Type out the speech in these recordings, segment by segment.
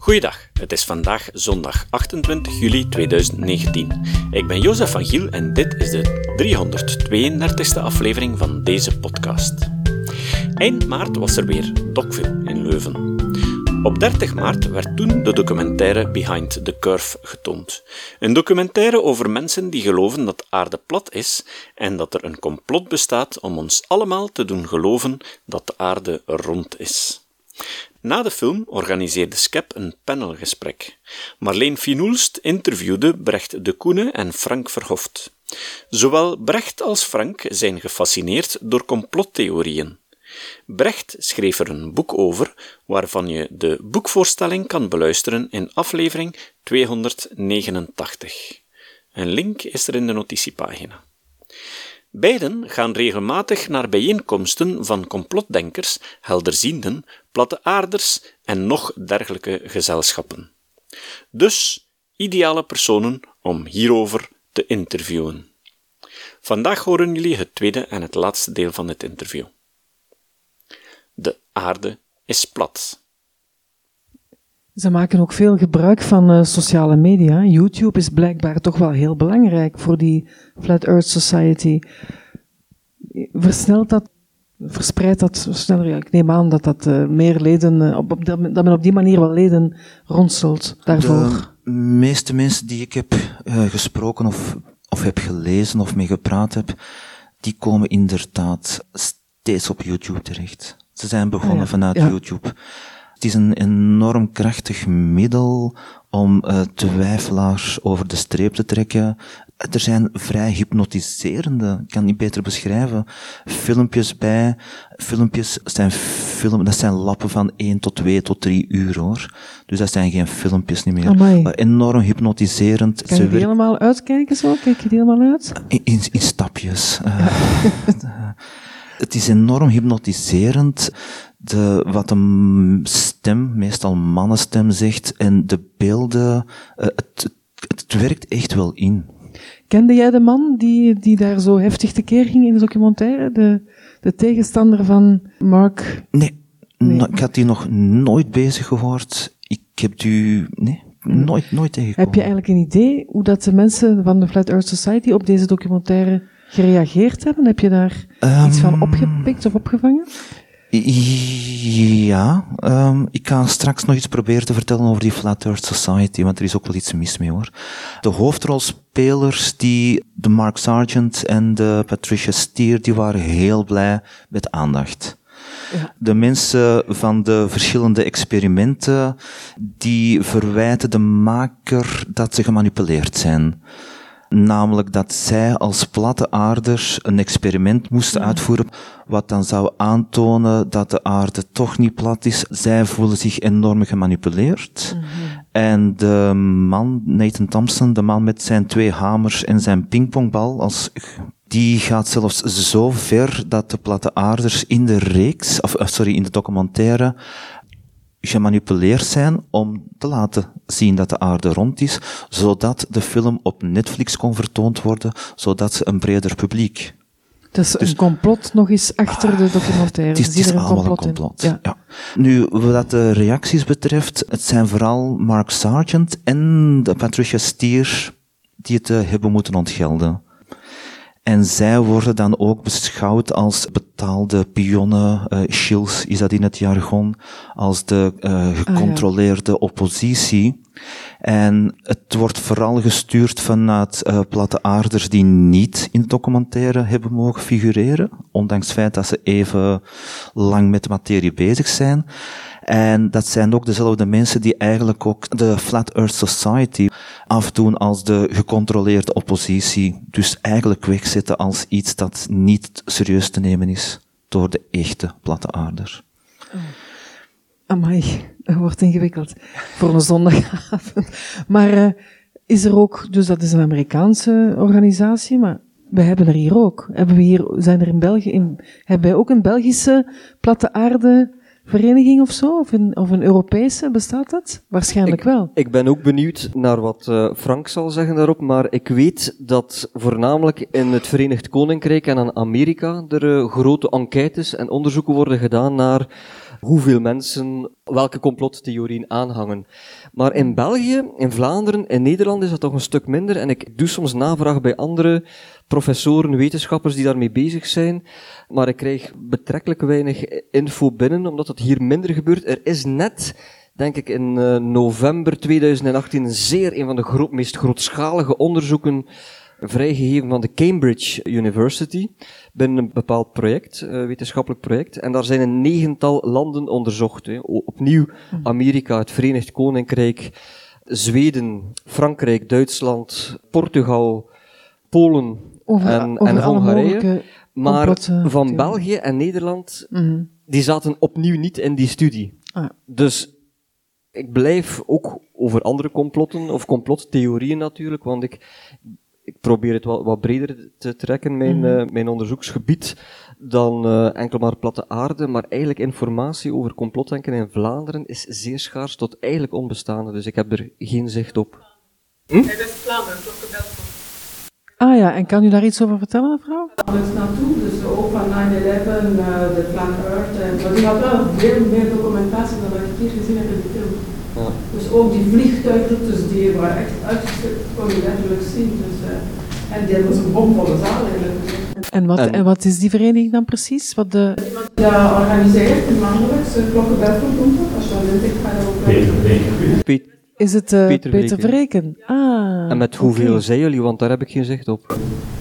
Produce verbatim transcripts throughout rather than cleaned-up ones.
Goeiedag, het is vandaag zondag achtentwintig juli tweeduizend negentien. Ik ben Jozef van Giel en dit is de driehonderdtweeëndertigste aflevering van deze podcast. Eind maart was er weer Docfilm in Leuven. Op dertig maart werd toen de documentaire Behind the Curve getoond. Een documentaire over mensen die geloven dat de aarde plat is en dat er een complot bestaat om ons allemaal te doen geloven dat de aarde rond is. Na de film organiseerde Skep een panelgesprek. Marleen Finoelst interviewde Brecht de Koene en Frank Verhoft. Zowel Brecht als Frank zijn gefascineerd door complottheorieën. Brecht schreef er een boek over, waarvan je de boekvoorstelling kan beluisteren in aflevering tweehonderdnegenentachtig. Een link is er in de notitiepagina. Beiden gaan regelmatig naar bijeenkomsten van complotdenkers, helderzienden, platteaarders en nog dergelijke gezelschappen. Dus ideale personen om hierover te interviewen. Vandaag horen jullie het tweede en het laatste deel van dit interview. De aarde is plat. Ze maken ook veel gebruik van uh, sociale media. YouTube is blijkbaar toch wel heel belangrijk voor die Flat Earth Society. Versnelt dat, verspreidt dat sneller? Ja, ik neem aan dat dat uh, meer leden, uh, op, op, dat men op die manier wel leden rondselt daarvoor. De meeste mensen die ik heb uh, gesproken of, of heb gelezen of mee gepraat heb, die komen inderdaad steeds op YouTube terecht. Ze zijn begonnen ah, ja. vanuit ja. YouTube. Het is een enorm krachtig middel om uh, twijfelaars over de streep te trekken. Er zijn vrij hypnotiserende, ik kan niet beter beschrijven, filmpjes bij. Filmpjes zijn film, dat zijn lappen van één tot twee tot drie uur hoor. Dus dat zijn geen filmpjes niet meer. Amai. Maar enorm hypnotiserend. Kan je die werkt... helemaal uitkijken zo? Kijk je die helemaal uit? In, in, in stapjes. Uh, ja. Het is enorm hypnotiserend. De, wat een stem, meestal mannenstem, zegt en de beelden, uh, het, het, het werkt echt wel in. Kende jij de man die, die daar zo heftig tekeer ging in de documentaire? De, de tegenstander van Mark? Nee, nee. No, ik had die nog nooit bezig gehoord. Ik heb die, nee, nooit, nooit tegengekomen. Heb je eigenlijk een idee hoe dat de mensen van de Flat Earth Society op deze documentaire gereageerd hebben? Heb je daar um, iets van opgepikt of opgevangen? Ja, um, ik ga straks nog iets proberen te vertellen over die Flat Earth Society, want er is ook wel iets mis mee hoor. De hoofdrolspelers, die, de Mark Sargent en de Patricia Steer, die waren heel blij met aandacht. Ja. De mensen van de verschillende experimenten, die verwijten de maker dat ze gemanipuleerd zijn. Namelijk dat zij als platte aarders een experiment moesten uitvoeren, wat dan zou aantonen dat de aarde toch niet plat is. Zij voelen zich enorm gemanipuleerd. Mm-hmm. En de man, Nathan Thompson, de man met zijn twee hamers en zijn pingpongbal, als, die gaat zelfs zo ver dat de platte aarders in de reeks, of sorry, in de documentaire, gemanipuleerd zijn om te laten zien dat de aarde rond is, zodat de film op Netflix kon vertoond worden, zodat ze een breder publiek... Dus, dus een complot nog eens achter de documentaire. Het is, het is allemaal complot een complot. Ja. Ja. Nu, wat de reacties betreft, het zijn vooral Mark Sargent en de Patricia Steer die het uh, hebben moeten ontgelden. En zij worden dan ook beschouwd als betaalde pionnen, uh, shills is dat in het jargon, als de uh, gecontroleerde ah, ja. oppositie. En het wordt vooral gestuurd vanuit uh, platte aarders die niet in de documentaire hebben mogen figureren, ondanks het feit dat ze even lang met de materie bezig zijn. En dat zijn ook dezelfde mensen die eigenlijk ook de Flat Earth Society afdoen als de gecontroleerde oppositie. Dus eigenlijk wegzetten als iets dat niet serieus te nemen is door de echte platte aarder. Oh. Amai, dat wordt ingewikkeld voor een zondagavond. Maar uh, is er ook, dus dat is een Amerikaanse organisatie, maar we hebben er hier ook. Hebben we hier, zijn er in België, in, hebben wij ook een Belgische platte aarde vereniging of zo? Of een, of een Europese, bestaat dat? Waarschijnlijk ik, wel. Ik ben ook benieuwd naar wat uh, Frank zal zeggen daarop, maar ik weet dat voornamelijk in het Verenigd Koninkrijk en in Amerika er uh, grote enquêtes en onderzoeken worden gedaan naar hoeveel mensen welke complottheorieën aanhangen. Maar in België, in Vlaanderen, in Nederland is dat toch een stuk minder. En ik doe soms navraag bij andere professoren, wetenschappers die daarmee bezig zijn. Maar ik krijg betrekkelijk weinig info binnen, omdat het hier minder gebeurt. Er is net, denk ik, in uh, november tweeduizend achttien een zeer, een van de gro- meest grootschalige onderzoeken vrijgegeven van de Cambridge University, binnen een bepaald project, uh, wetenschappelijk project. En daar zijn een negental landen onderzocht. Hè. Opnieuw Amerika, het Verenigd Koninkrijk, Zweden, Frankrijk, Duitsland, Portugal, Polen Over, en, over en alle Hongarije. mogelijke Maar complotten, van ja. België en Nederland, Mm-hmm. die zaten opnieuw niet in die studie. Ah. Dus ik blijf ook over andere complotten, of complottheorieën natuurlijk, want ik, ik probeer het wat, wat breder te trekken, mijn, Mm-hmm. uh, mijn onderzoeksgebied, dan uh, enkel maar platte aarde, maar eigenlijk informatie over complotdenken in Vlaanderen is zeer schaars tot eigenlijk onbestaande, dus ik heb er geen zicht op. Hm? In West-Vlaanderen, Klokkenbelfort. Ah ja, en kan u daar iets over vertellen, mevrouw? Alles naartoe, dus ook van nine eleven, uh, de Flat Earth. Uh, maar die had wel veel meer documentatie dan dat ik hier gezien heb in de film. Ja. Dus ook die vliegtuigroutes die waren echt uitgestipt, kon je letterlijk zien. Dus, uh, en dit was een bomvolle zaal eigenlijk. En wat, En- en wat is die vereniging dan precies? Wat de... Ja, organiseert maandelijks een Klokkenbelfort komt dat. Als je dan denkt, ik ga er ook wel. Piet, Is het uh, Peter Peter, Vreken. Vreken? Ah, en met oké. hoeveel zijn jullie, want daar heb ik geen zicht op.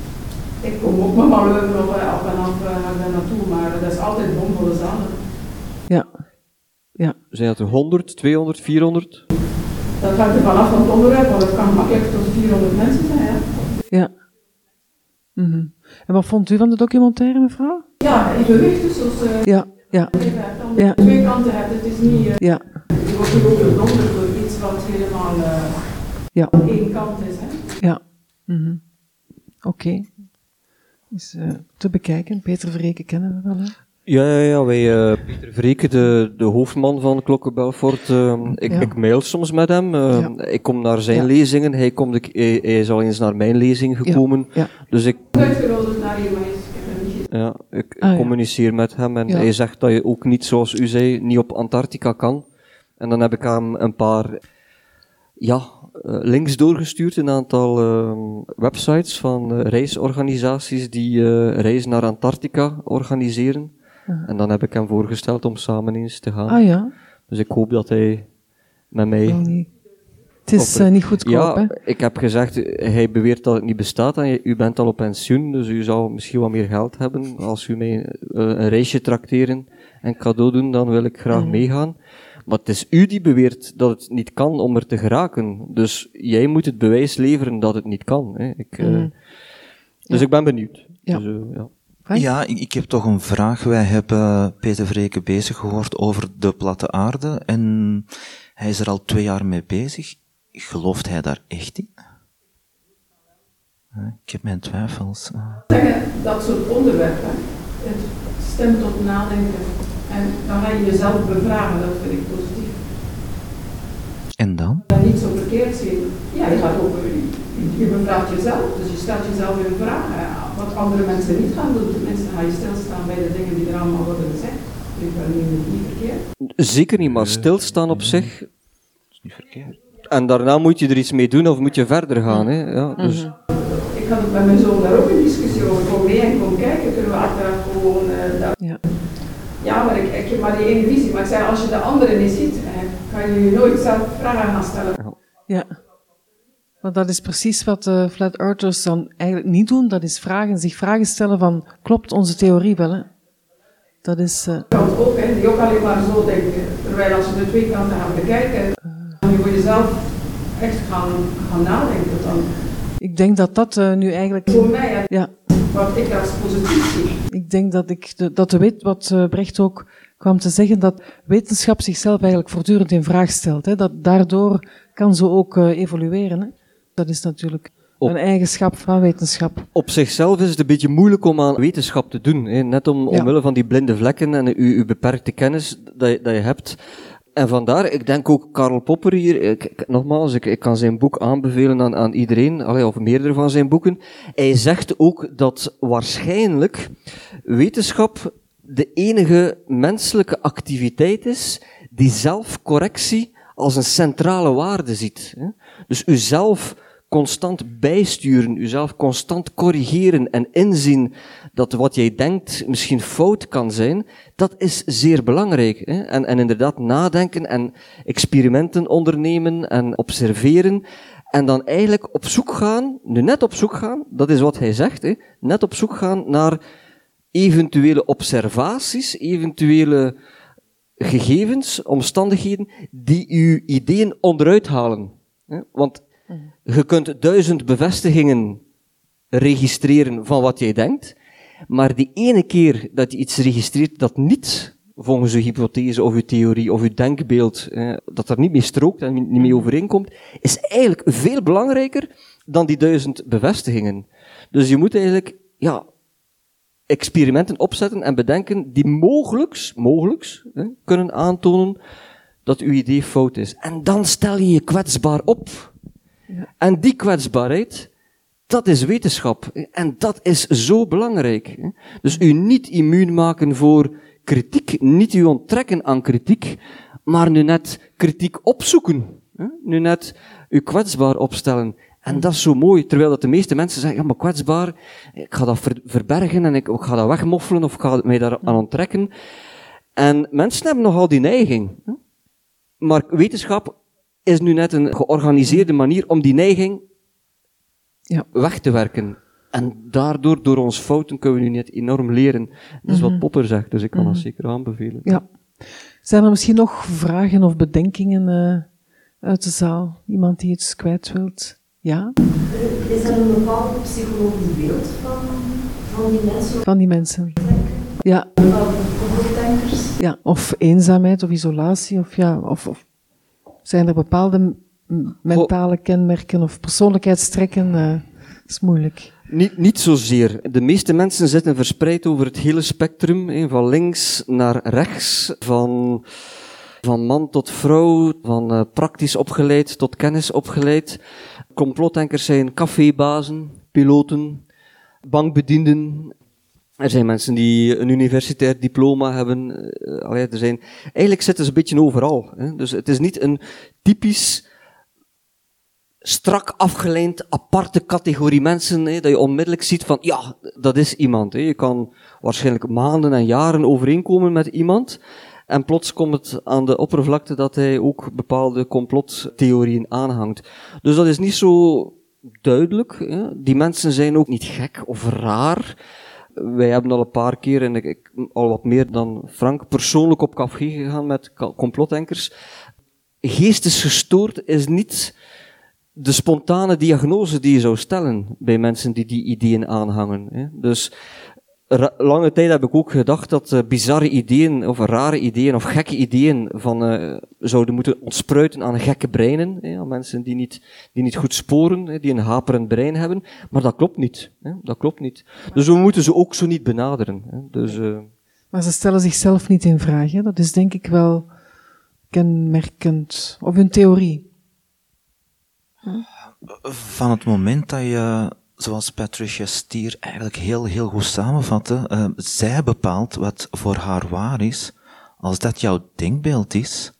Ik kom ook met mijn leuven op, uh, op en af uh, ga ik daar naartoe, maar dat is altijd bomvolle zalen. Ja. Ja. Zijn dat er honderd, tweehonderd, vierhonderd? Dat hangt er vanaf van het onderwerp, want het kan makkelijk tot vierhonderd mensen zijn. Ja, Ja. Mhm. En wat vond u van de documentaire, mevrouw? ja evenwicht dus. Als uh, Ja, ja, je hebt, dan Ja. twee kanten hebt, het is niet... Uh, ja, je wordt niet overdonderd door iets wat helemaal uh, ja, één kant is. Hè. ja. Mhm. Oké. Is uh, te bekijken. Peter Vreken kennen we wel, hè? Ja, ja, ja, wij, uh, Pieter Vreken, de, de hoofdman van Klokkenbelfort, uh, ik, Ja. ik mail soms met hem. Uh, Ja. Ik kom naar zijn Ja. lezingen, hij, komt, ik, hij, hij is al eens naar mijn lezing gekomen. Ja. Dus ik, Uitgerold naar hier, maar ik heb hem niet gezien. ja, ik Ah, ja. communiceer met hem en Ja. hij zegt dat je ook niet, zoals u zei, niet op Antarctica kan. En dan heb ik hem een paar ja, uh, links doorgestuurd, een aantal uh, websites van uh, reisorganisaties die uh, reizen naar Antarctica organiseren. En dan heb ik hem voorgesteld om samen eens te gaan. Ah ja, Dus ik hoop dat hij met mij... wel niet. Het is Op- uh, niet goedkoop, ja, hè? ik heb gezegd, hij beweert dat het niet bestaat en je- u bent al op pensioen, dus u zou misschien wat meer geld hebben. Als u mij uh, een reisje trakteren en cadeau doen, dan wil ik graag Mhm. meegaan. Maar het is u die beweert dat het niet kan om er te geraken. Dus jij moet het bewijs leveren dat het niet kan. Hè. Ik, uh, Mhm. Dus Ja. ik ben benieuwd. Ja. Dus, uh, ja. Frank? Ja, ik, ik heb toch een vraag. Wij hebben Peter Vreken bezig gehoord over de platte aarde en hij is er al twee jaar mee bezig. Gelooft hij daar echt in? Eh, Ik heb mijn twijfels. Eh, Zeggen, dat soort onderwerpen, het stemt tot nadenken. En dan ga je jezelf bevragen, dat vind ik positief. En dan? Dat niet zo verkeerd zien. Ja, je gaat ook, je bevraagt jezelf, dus je stelt jezelf in vraag. Ja, wat andere mensen niet gaan doen, tenminste ga je stilstaan bij de dingen die er allemaal worden gezegd. Ik ben niet, niet verkeerd. Zeker niet, maar stilstaan op zich. Dat is niet verkeerd. En daarna moet je er iets mee doen of moet je verder gaan. Hè? Ja, dus, Ik had het met mijn zoon daar ook een discussie over. Kom mee en kom kijken, kunnen we achteraf gewoon... Uh, dat... Ja. Ja, maar ik, ik heb maar die ene visie. Maar ik zei, als je de andere niet ziet, eh, kan je je nooit zelf vragen gaan stellen. Ja. Want dat is precies wat de Flat Earthers dan eigenlijk niet doen. Dat is vragen, zich vragen stellen van, klopt onze theorie wel, hè? Dat is... Uh, Kant ook, hè, die ook alleen maar zo denken. Terwijl als je de twee kanten gaat bekijken, dan moet je jezelf echt gaan, gaan nadenken. Dan. ik denk dat dat uh, nu eigenlijk... Voor mij, hè, Ja, wat ik als positief zie. ik denk dat ik de, dat de wet, wat uh, Brecht ook kwam te zeggen, dat wetenschap zichzelf eigenlijk voortdurend in vraag stelt. Hè? Dat daardoor kan ze ook uh, evolueren. Hè? Dat is natuurlijk Op- een eigenschap van wetenschap. op zichzelf is het een beetje moeilijk om aan wetenschap te doen. Hè? Net om, Ja. omwille van die blinde vlekken en uw, uw beperkte kennis dat je, dat je hebt. En vandaar, ik denk ook Karl Popper hier, ik, ik- nogmaals, ik, ik kan zijn boek aanbevelen aan, aan iedereen, allee, of meerdere van zijn boeken. Hij zegt ook dat waarschijnlijk wetenschap de enige menselijke activiteit is die zelfcorrectie als een centrale waarde ziet. Dus uzelf constant bijsturen, uzelf constant corrigeren en inzien dat wat jij denkt misschien fout kan zijn, dat is zeer belangrijk. En, en inderdaad nadenken en experimenten ondernemen en observeren en dan eigenlijk op zoek gaan, nu net op zoek gaan, dat is wat hij zegt, net op zoek gaan naar eventuele observaties, eventuele gegevens, omstandigheden, die uw ideeën onderuit halen. Want je kunt duizend bevestigingen registreren van wat jij denkt, maar die ene keer dat je iets registreert dat niet volgens uw hypothese of uw theorie of uw denkbeeld, dat er niet mee strookt en niet mee overeenkomt, is eigenlijk veel belangrijker dan die duizend bevestigingen. Dus je moet eigenlijk, ja, experimenten opzetten en bedenken die mogelijks, mogelijks, hè, kunnen aantonen dat uw idee fout is. En dan stel je je kwetsbaar op. Ja. En die kwetsbaarheid, dat is wetenschap. En dat is zo belangrijk. Hè. Dus u niet immuun maken voor kritiek, niet u onttrekken aan kritiek, maar nu net kritiek opzoeken. Hè. Nu net u kwetsbaar opstellen. En dat is zo mooi, terwijl dat de meeste mensen zeggen, ja, maar kwetsbaar, ik ga dat ver, verbergen en ik, ik ga dat wegmoffelen of ik ga mij daar aan onttrekken. En mensen hebben nogal die neiging. Hè? Maar wetenschap is nu net een georganiseerde manier om die neiging ja. weg te werken. En daardoor, door ons fouten, kunnen we nu net enorm leren. Dat is mm-hmm. wat Popper zegt, dus ik kan mm-hmm. dat zeker aanbevelen. Ja. Zijn er misschien nog vragen of bedenkingen uh, uit de zaal? Iemand die iets kwijt wilt? Ja? Is er een bepaald psychologisch beeld van, van die mensen? Van die mensen. Ja. Overdenkers? Ja, of eenzaamheid of isolatie. Of ja, of, of zijn er bepaalde m- mentale kenmerken of persoonlijkheidstrekken? Uh, dat is moeilijk. Niet, niet zozeer. De meeste mensen zitten verspreid over het hele spectrum, he, van links naar rechts, van... Van man tot vrouw, van uh, praktisch opgeleid tot kennis opgeleid. Complotdenkers zijn cafébazen, piloten, bankbedienden. Er zijn mensen die een universitair diploma hebben. Uh, allee, er zijn, eigenlijk zitten ze een beetje overal. Hè. Dus het is niet een typisch strak afgeleid aparte categorie mensen, hè, dat je onmiddellijk ziet van, ja, dat is iemand. Hè. Je kan waarschijnlijk maanden en jaren overeenkomen met iemand. En plots komt het aan de oppervlakte dat hij ook bepaalde complottheorieën aanhangt. Dus dat is niet zo duidelijk. Hè. Die mensen zijn ook niet gek of raar. Wij hebben al een paar keer, en ik, ik, al wat meer dan Frank, persoonlijk op café gegaan met complotdenkers. Geestesgestoord is niet de spontane diagnose die je zou stellen bij mensen die die ideeën aanhangen. Hè. Dus Ra- lange tijd heb ik ook gedacht dat uh, bizarre ideeën, of rare ideeën, of gekke ideeën van, uh, zouden moeten ontspruiten aan gekke breinen, hè, aan mensen die niet, die niet goed sporen, hè, die een haperend brein hebben. Maar dat klopt niet. Hè, dat klopt niet. Dus we moeten ze ook zo niet benaderen. Hè. Dus, uh... Maar ze stellen zichzelf niet in vraag. Hè. Dat is denk ik wel kenmerkend. Of hun theorie. Hm? Van het moment dat je, zoals Patricia Steer eigenlijk heel, heel goed samenvatte, uh, zij bepaalt wat voor haar waar is. Als dat jouw denkbeeld is,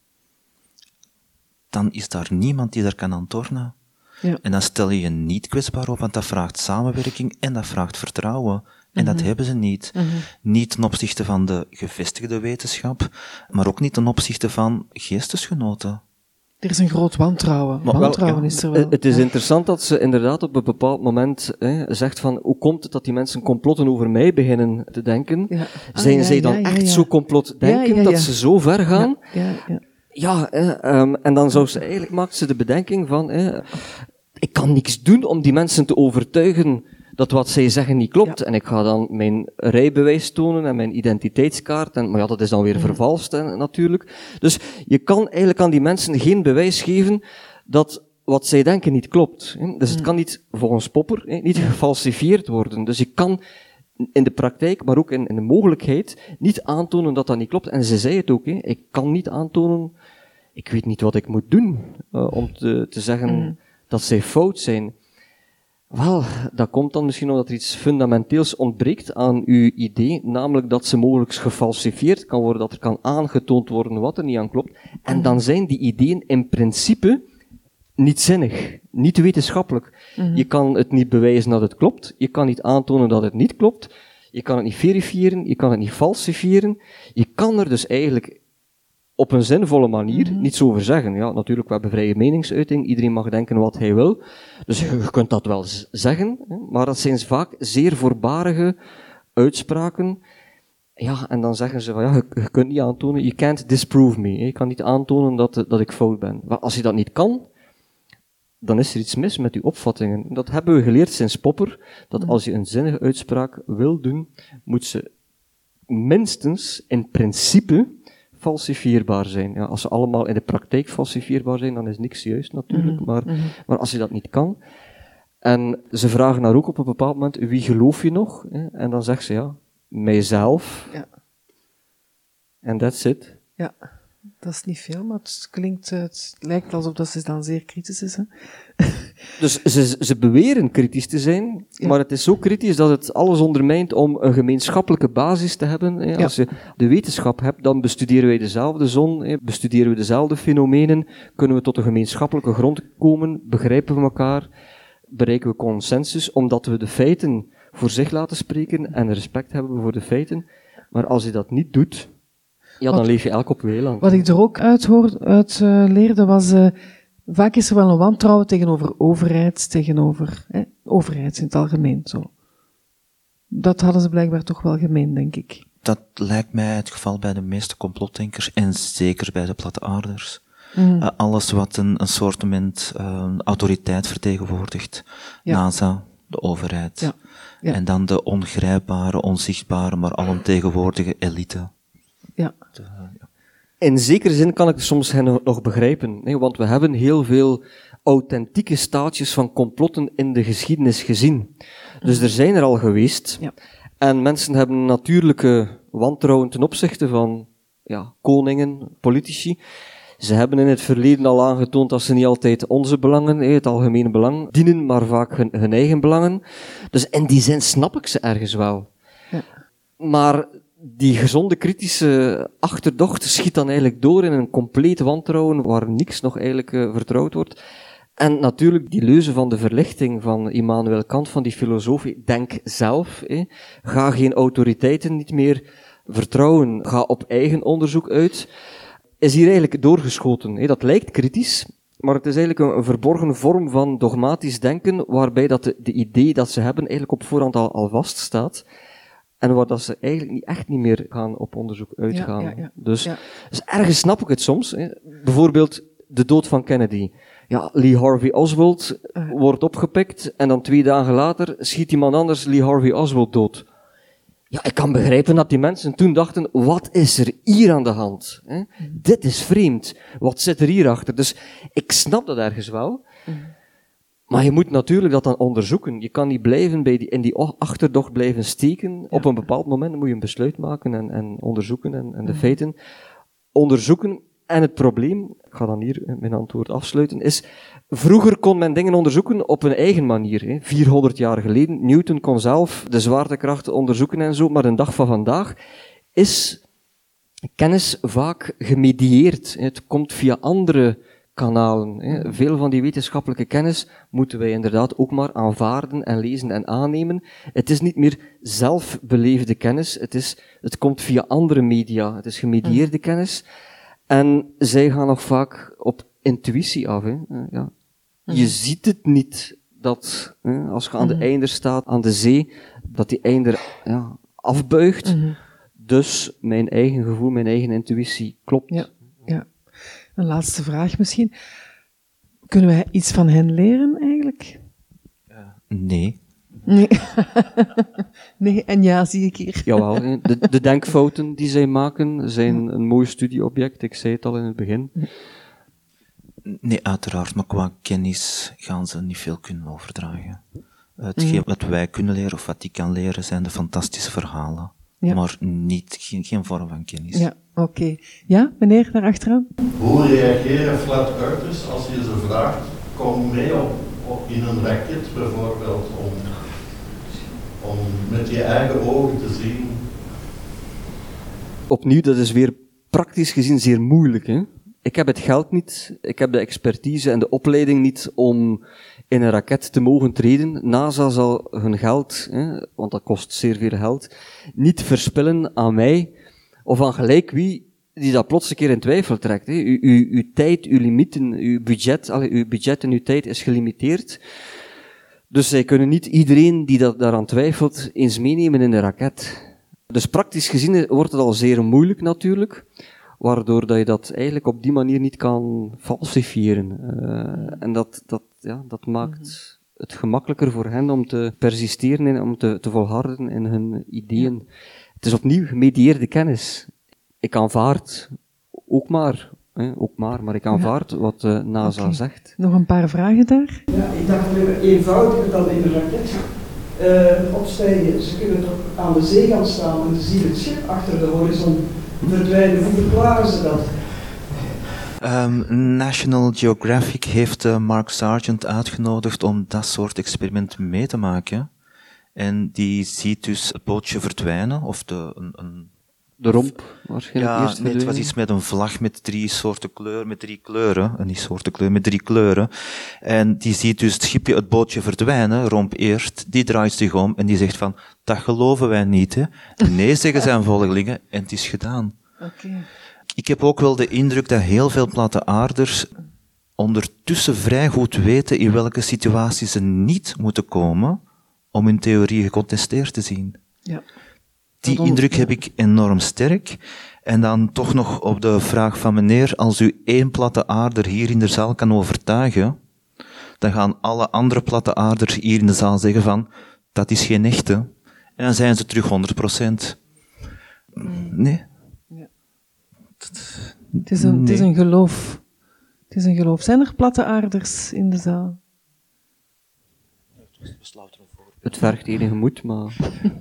dan is daar niemand die daar kan aan tornen. Ja. En dan stel je je niet kwetsbaar op, want dat vraagt samenwerking en dat vraagt vertrouwen. En mm-hmm. dat hebben ze niet. Mm-hmm. Niet ten opzichte van de gevestigde wetenschap, maar ook niet ten opzichte van geestesgenoten. Er is een groot wantrouwen. Maar wantrouwen wel, ja, is er wel. Het is ja. interessant dat ze inderdaad op een bepaald moment hè, zegt van, hoe komt het dat die mensen complotten over mij beginnen te denken? Ja. Ah, Zijn ja, zij dan ja, ja, echt ja. zo complotdenkend ja, ja, ja. dat ze zo ver gaan? Ja, ja, ja. ja eh, um, en dan zou ze eigenlijk, maakt ze de bedenking van, eh, ik kan niks doen om die mensen te overtuigen dat wat zij zeggen niet klopt. Ja. En ik ga dan mijn rijbewijs tonen en mijn identiteitskaart. En, maar ja, dat is dan weer mm. vervalst hè, natuurlijk. Dus je kan eigenlijk aan die mensen geen bewijs geven dat wat zij denken niet klopt. Hè. Dus mm. het kan niet, volgens Popper, hè, niet gefalsifieerd worden. Dus je kan in de praktijk, maar ook in, in de mogelijkheid, niet aantonen dat dat niet klopt. En ze zei het ook, hè, ik kan niet aantonen, ik weet niet wat ik moet doen uh, om te, te zeggen mm. dat zij fout zijn. Wel, dat komt dan misschien omdat er iets fundamenteels ontbreekt aan uw idee, namelijk dat ze mogelijk gefalsifieerd kan worden, dat er kan aangetoond worden wat er niet aan klopt. En dan zijn die ideeën in principe niet zinnig, niet wetenschappelijk. Mm-hmm. Je kan het niet bewijzen dat het klopt, je kan niet aantonen dat het niet klopt, je kan het niet verifiëren, je kan het niet falsifiëren. Je kan er dus eigenlijk op een zinvolle manier mm-hmm. niets over zeggen. Ja, natuurlijk, we hebben vrije meningsuiting, iedereen mag denken wat hij wil. Dus je kunt dat wel z- zeggen, hè, maar dat zijn vaak zeer voorbarige uitspraken. Ja, en dan zeggen ze van, ja, je, je kunt niet aantonen, you can't disprove me. Hè. Je kan niet aantonen dat, dat ik fout ben. Maar als je dat niet kan, dan is er iets mis met je opvattingen. Dat hebben we geleerd sinds Popper, dat als je een zinnige uitspraak wil doen, moet ze minstens in principe falsifieerbaar zijn. Ja, als ze allemaal in de praktijk falsifieerbaar zijn, dan is niks juist natuurlijk, mm-hmm. maar, mm-hmm. maar als je dat niet kan, en ze vragen haar ook op een bepaald moment, wie geloof je nog? En dan zegt ze, ja, mijzelf. Ja. En that's it. Ja, dat is niet veel, maar het klinkt, het lijkt alsof dat ze dan zeer kritisch is. Hè? Dus ze, ze beweren kritisch te zijn, ja. maar het is zo kritisch dat het alles ondermijnt om een gemeenschappelijke basis te hebben. Hè. Als ja. je de wetenschap hebt, dan bestuderen wij dezelfde zon, hè, bestuderen we dezelfde fenomenen, kunnen we tot een gemeenschappelijke grond komen, begrijpen we elkaar, bereiken we consensus, omdat we de feiten voor zich laten spreken en respect hebben voor de feiten. Maar als je dat niet doet, ja, dan wat, leef je elk op weiland. Wat ik er ook uit, hoor, uit uh, leerde was, uh, vaak is er wel een wantrouwen tegenover overheid, tegenover hè, overheid in het algemeen. Zo. Dat hadden ze blijkbaar toch wel gemeen, denk ik. Dat lijkt mij het geval bij de meeste complotdenkers en zeker bij de platte aarders. Mm. Uh, alles wat een, een soortement uh, autoriteit vertegenwoordigt. Ja. NASA, de overheid. Ja. Ja. En dan de ongrijpbare, onzichtbare, maar alomtegenwoordige elite. Ja. De, ja. In zekere zin kan ik het soms hen nog begrijpen, hè, want we hebben heel veel authentieke staatjes van complotten in de geschiedenis gezien. Dus er zijn er al geweest. Ja. En mensen hebben natuurlijke wantrouwen ten opzichte van ja, koningen, politici. Ze hebben in het verleden al aangetoond dat ze niet altijd onze belangen, het algemene belang, dienen, maar vaak hun, hun eigen belangen. Dus in die zin snap ik ze ergens wel. Ja. Maar die gezonde kritische achterdocht schiet dan eigenlijk door in een compleet wantrouwen waar niks nog eigenlijk uh, vertrouwd wordt. En natuurlijk die leuze van de verlichting van Immanuel Kant, van die filosoof, denk zelf, eh, ga geen autoriteiten niet meer vertrouwen, ga op eigen onderzoek uit, is hier eigenlijk doorgeschoten. Eh. Dat lijkt kritisch, maar het is eigenlijk een, een verborgen vorm van dogmatisch denken, waarbij dat de, de idee dat ze hebben eigenlijk op voorhand al, al vaststaat. En waar dat ze eigenlijk niet, echt niet meer gaan op onderzoek uitgaan. Ja, ja, ja. Dus, ja. dus ergens snap ik het soms. Hè. Bijvoorbeeld de dood van Kennedy. Ja, Lee Harvey Oswald uh. wordt opgepikt en dan twee dagen later schiet iemand anders Lee Harvey Oswald dood. Ja, ik kan begrijpen dat die mensen toen dachten, wat is er hier aan de hand? Hè? Mm. Dit is vreemd. Wat zit er hier achter? Dus ik snap dat ergens wel. Mm. Maar je moet natuurlijk dat dan onderzoeken. Je kan niet blijven bij die, in die achterdocht blijven steken. Ja. Op een bepaald moment moet je een besluit maken en, en onderzoeken en, en de mm. feiten onderzoeken. En het probleem, ik ga dan hier mijn antwoord afsluiten, is, vroeger kon men dingen onderzoeken op een eigen manier. Hè. vierhonderd jaar geleden, Newton kon zelf de zwaartekracht onderzoeken en zo, maar de dag van vandaag is kennis vaak gemedieerd. Hè. Het komt via andere kanalen. Hè. Veel van die wetenschappelijke kennis moeten wij inderdaad ook maar aanvaarden en lezen en aannemen. Het is niet meer zelfbeleefde kennis, het, is, het komt via andere media. Het is gemedieerde mm. kennis. En zij gaan nog vaak op intuïtie af. Hè. Ja. Je mm. ziet het niet dat, hè, als je aan mm. de einder staat, aan de zee, dat die einder ja, afbuigt. Mm. Dus mijn eigen gevoel, mijn eigen intuïtie klopt. Ja, ja. Een laatste vraag misschien. Kunnen wij iets van hen leren eigenlijk? Uh, nee. Nee. Nee, en ja, zie ik hier. Jawel, de, de denkfouten die zij maken zijn een mooi studieobject. Ik zei het al in het begin. Nee, uiteraard, maar qua kennis gaan ze niet veel kunnen overdragen. Hetgeen wat wij kunnen leren, of wat ik kan leren, zijn de fantastische verhalen. Ja. Maar niet, geen, geen vorm van kennis. Ja, oké. Okay. Ja, meneer, daar achteraan? Hoe reageren flat earthers als je ze vraagt, kom mee op in een raket bijvoorbeeld, om, om met je eigen ogen te zien? Opnieuw, dat is weer praktisch gezien zeer moeilijk. Hè? Ik heb het geld niet, ik heb de expertise en de opleiding niet om in een raket te mogen treden. NASA zal hun geld, hè, want dat kost zeer veel geld, niet verspillen aan mij of aan gelijk wie die dat plots een keer in twijfel trekt. Hè. U, u, uw tijd, uw limieten, uw budget, allee, uw budget en uw tijd is gelimiteerd. Dus zij kunnen niet iedereen die dat daaraan twijfelt eens meenemen in de raket. Dus praktisch gezien wordt het al zeer moeilijk natuurlijk, waardoor dat je dat eigenlijk op die manier niet kan falsifiëren. Uh, en dat, dat, ja, dat maakt het gemakkelijker voor hen om te persisteren en om te, te volharden in hun ideeën. Ja. Het is opnieuw gemedieerde kennis. Ik aanvaard ook maar, hè, ook maar, maar ik aanvaard ja. wat uh, NASA okay. zegt. Nog een paar vragen daar? Ja, ik dacht alleen eenvoudiger dan in een raket. Uh, opstijgen, ze kunnen toch aan de zee gaan staan en ze zien het schip achter de horizon verdwijnen. Hoe verklaren ze dat? Um, National Geographic heeft uh, Mark Sargent uitgenodigd om dat soort experimenten mee te maken. En die ziet dus het bootje verdwijnen, of de, een, een De romp, waarschijnlijk ja, eerst nee, het was iets met een vlag met drie soorten kleur, met drie kleuren, en niet soorten kleur, met drie kleuren. En die ziet dus het schipje, het bootje verdwijnen, romp eerst, die draait zich om en die zegt van, dat geloven wij niet, hè. Nee, zeggen zijn volgelingen, en het is gedaan. Okay. Ik heb ook wel de indruk dat heel veel platte aarders ondertussen vrij goed weten in welke situaties ze niet moeten komen om hun theorie gecontesteerd te zien. Ja. Die indruk heb ik enorm sterk. En dan toch nog op de vraag van meneer, als u één platte aarder hier in de zaal kan overtuigen, dan gaan alle andere platte aarders hier in de zaal zeggen van, dat is geen echte. En dan zijn ze terug honderd procent. Nee. Ja. Het, is een, nee. het is een geloof. Het is een geloof. Zijn er platte aarders in de zaal? Het vergt enige moed, maar...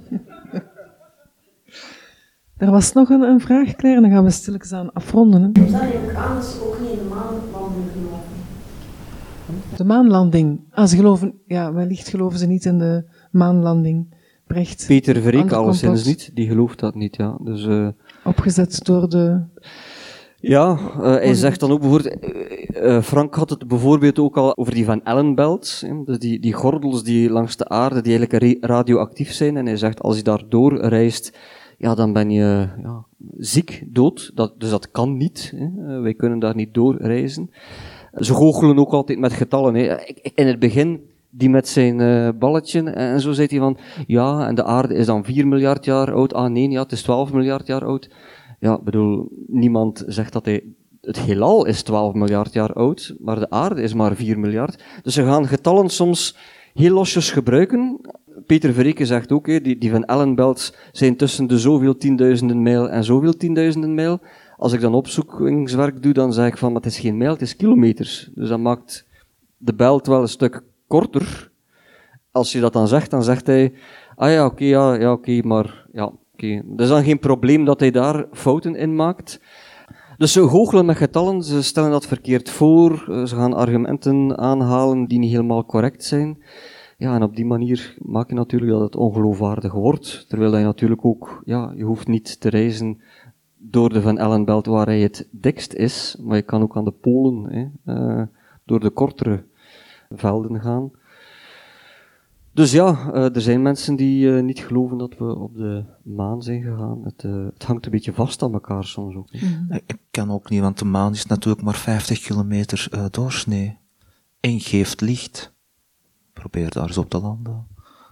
Er was nog een, een vraag, Claire, dan gaan we stilletjes aan afronden. Hè. Dus dan neem ik aan dat ze ook niet in de maanlanding geloven. De maanlanding. Ah, ze geloven, ja, wellicht geloven ze niet in de maanlanding. Brecht. Peter Verreek alleszins niet, die gelooft dat niet, ja. Dus, uh, opgezet door de... Ja, uh, hij zegt dan ook bijvoorbeeld, uh, Frank had het bijvoorbeeld ook al over die Van Allen belts, hè, dus die, die gordels die langs de aarde, die eigenlijk radioactief zijn, en hij zegt, als je daardoor reist, ja, dan ben je ja, ziek, dood, dat, dus dat kan niet, hè. Uh, wij kunnen daar niet doorreizen. Ze goochelen ook altijd met getallen, hè. Ik, ik, in het begin, die met zijn uh, balletje, en zo zei hij van, ja, en de aarde is dan vier miljard jaar oud, ah nee, ja, het is twaalf miljard jaar oud. Ja, bedoel, niemand zegt dat hij, het heelal is twaalf miljard jaar oud, maar de aarde is maar vier miljard. Dus ze gaan getallen soms heel losjes gebruiken. Peter Verreke zegt ook, he, die, die Van Allen belts zijn tussen de zoveel tienduizenden mijl en zoveel tienduizenden mijl. Als ik dan opzoekingswerk doe, dan zeg ik van, maar het is geen mijl, het is kilometers. Dus dat maakt de belt wel een stuk korter. Als je dat dan zegt, dan zegt hij, ah ja, oké, okay, ja, ja, oké, okay, maar ja... Okay. Dat is dan geen probleem dat hij daar fouten in maakt. Dus ze goochelen met getallen, ze stellen dat verkeerd voor, ze gaan argumenten aanhalen die niet helemaal correct zijn. Ja, en op die manier maak je natuurlijk dat het ongeloofwaardig wordt. Terwijl je natuurlijk ook, ja, je hoeft niet te reizen door de Van Allen belt waar hij het dikst is, maar je kan ook aan de polen, hè, uh, door de kortere velden gaan. Dus ja, uh, er zijn mensen die uh, niet geloven dat we op de maan zijn gegaan. Het, uh, het hangt een beetje vast aan elkaar soms ook. Mm-hmm. Ik kan ook niet, want de maan is natuurlijk maar vijftig kilometer uh, doorsnee. En geeft licht. Probeer daar eens op te landen.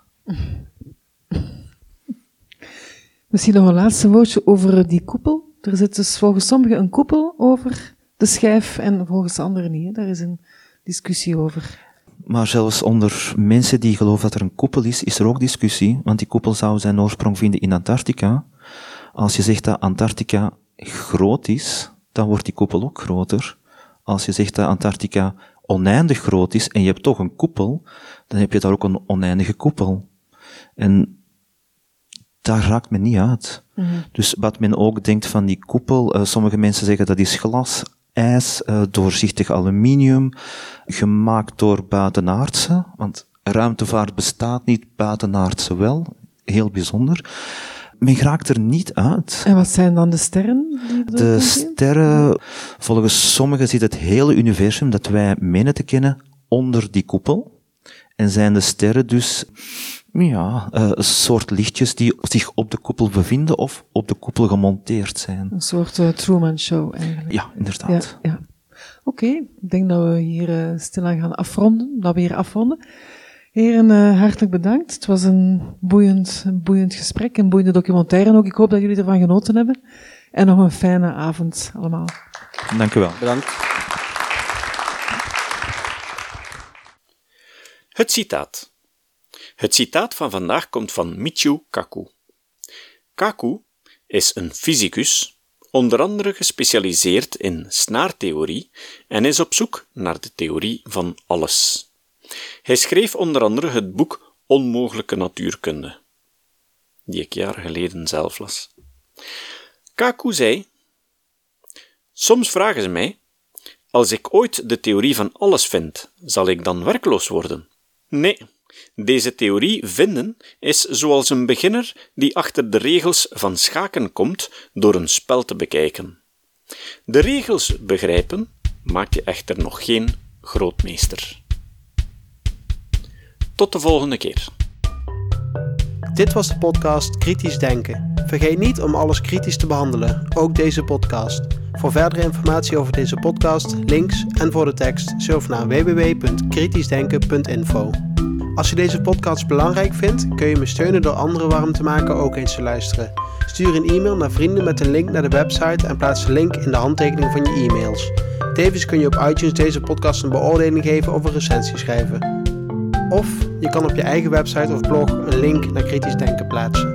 Misschien nog een laatste woordje over die koepel. Er zit dus volgens sommigen een koepel over de schijf en volgens anderen niet. Hè. Daar is een discussie over. Maar zelfs onder mensen die geloven dat er een koepel is, is er ook discussie, want die koepel zou zijn oorsprong vinden in Antarctica. Als je zegt dat Antarctica groot is, dan wordt die koepel ook groter. Als je zegt dat Antarctica oneindig groot is en je hebt toch een koepel, dan heb je daar ook een oneindige koepel. En daar raakt men niet uit. Mm-hmm. Dus wat men ook denkt van die koepel, uh, sommige mensen zeggen dat is glas, ijs, uh, doorzichtig aluminium, gemaakt door buitenaardsen, want ruimtevaart bestaat niet, buitenaardsen wel, heel bijzonder. Men raakt er niet uit. En wat zijn dan de sterren? Die de sterren, volgens sommigen zit het hele universum dat wij menen te kennen onder die koepel. En zijn de sterren dus ja, een soort lichtjes die zich op de koepel bevinden of op de koepel gemonteerd zijn. Een soort uh, Truman Show eigenlijk. Ja, inderdaad. Ja, ja. Oké, okay, ik denk dat we hier uh, stilaan gaan afronden, dat we hier afronden. Heren, uh, hartelijk bedankt. Het was een boeiend, een boeiend gesprek, een boeiende documentaire ook. Ik hoop dat jullie ervan genoten hebben. En nog een fijne avond allemaal. Dank u wel. Bedankt. Het citaat. Het citaat van vandaag komt van Michio Kaku. Kaku is een fysicus, onder andere gespecialiseerd in snaartheorie en is op zoek naar de theorie van alles. Hij schreef onder andere het boek Onmogelijke Natuurkunde, die ik jaren geleden zelf las. Kaku zei: soms vragen ze mij, als ik ooit de theorie van alles vind, zal ik dan werkloos worden? Nee, deze theorie vinden is zoals een beginner die achter de regels van schaken komt door een spel te bekijken. De regels begrijpen maakt je echter nog geen grootmeester. Tot de volgende keer. Dit was de podcast Kritisch Denken. Vergeet niet om alles kritisch te behandelen, ook deze podcast. Voor verdere informatie over deze podcast, links en voor de tekst, surf naar w w w punt kritisch denken punt info. Als je deze podcast belangrijk vindt, kun je me steunen door anderen warm te maken ook eens te luisteren. Stuur een e-mail naar vrienden met een link naar de website en plaats de link in de handtekening van je e-mails. Tevens kun je op iTunes deze podcast een beoordeling geven of een recensie schrijven. Of je kan op je eigen website of blog een link naar Kritisch Denken plaatsen.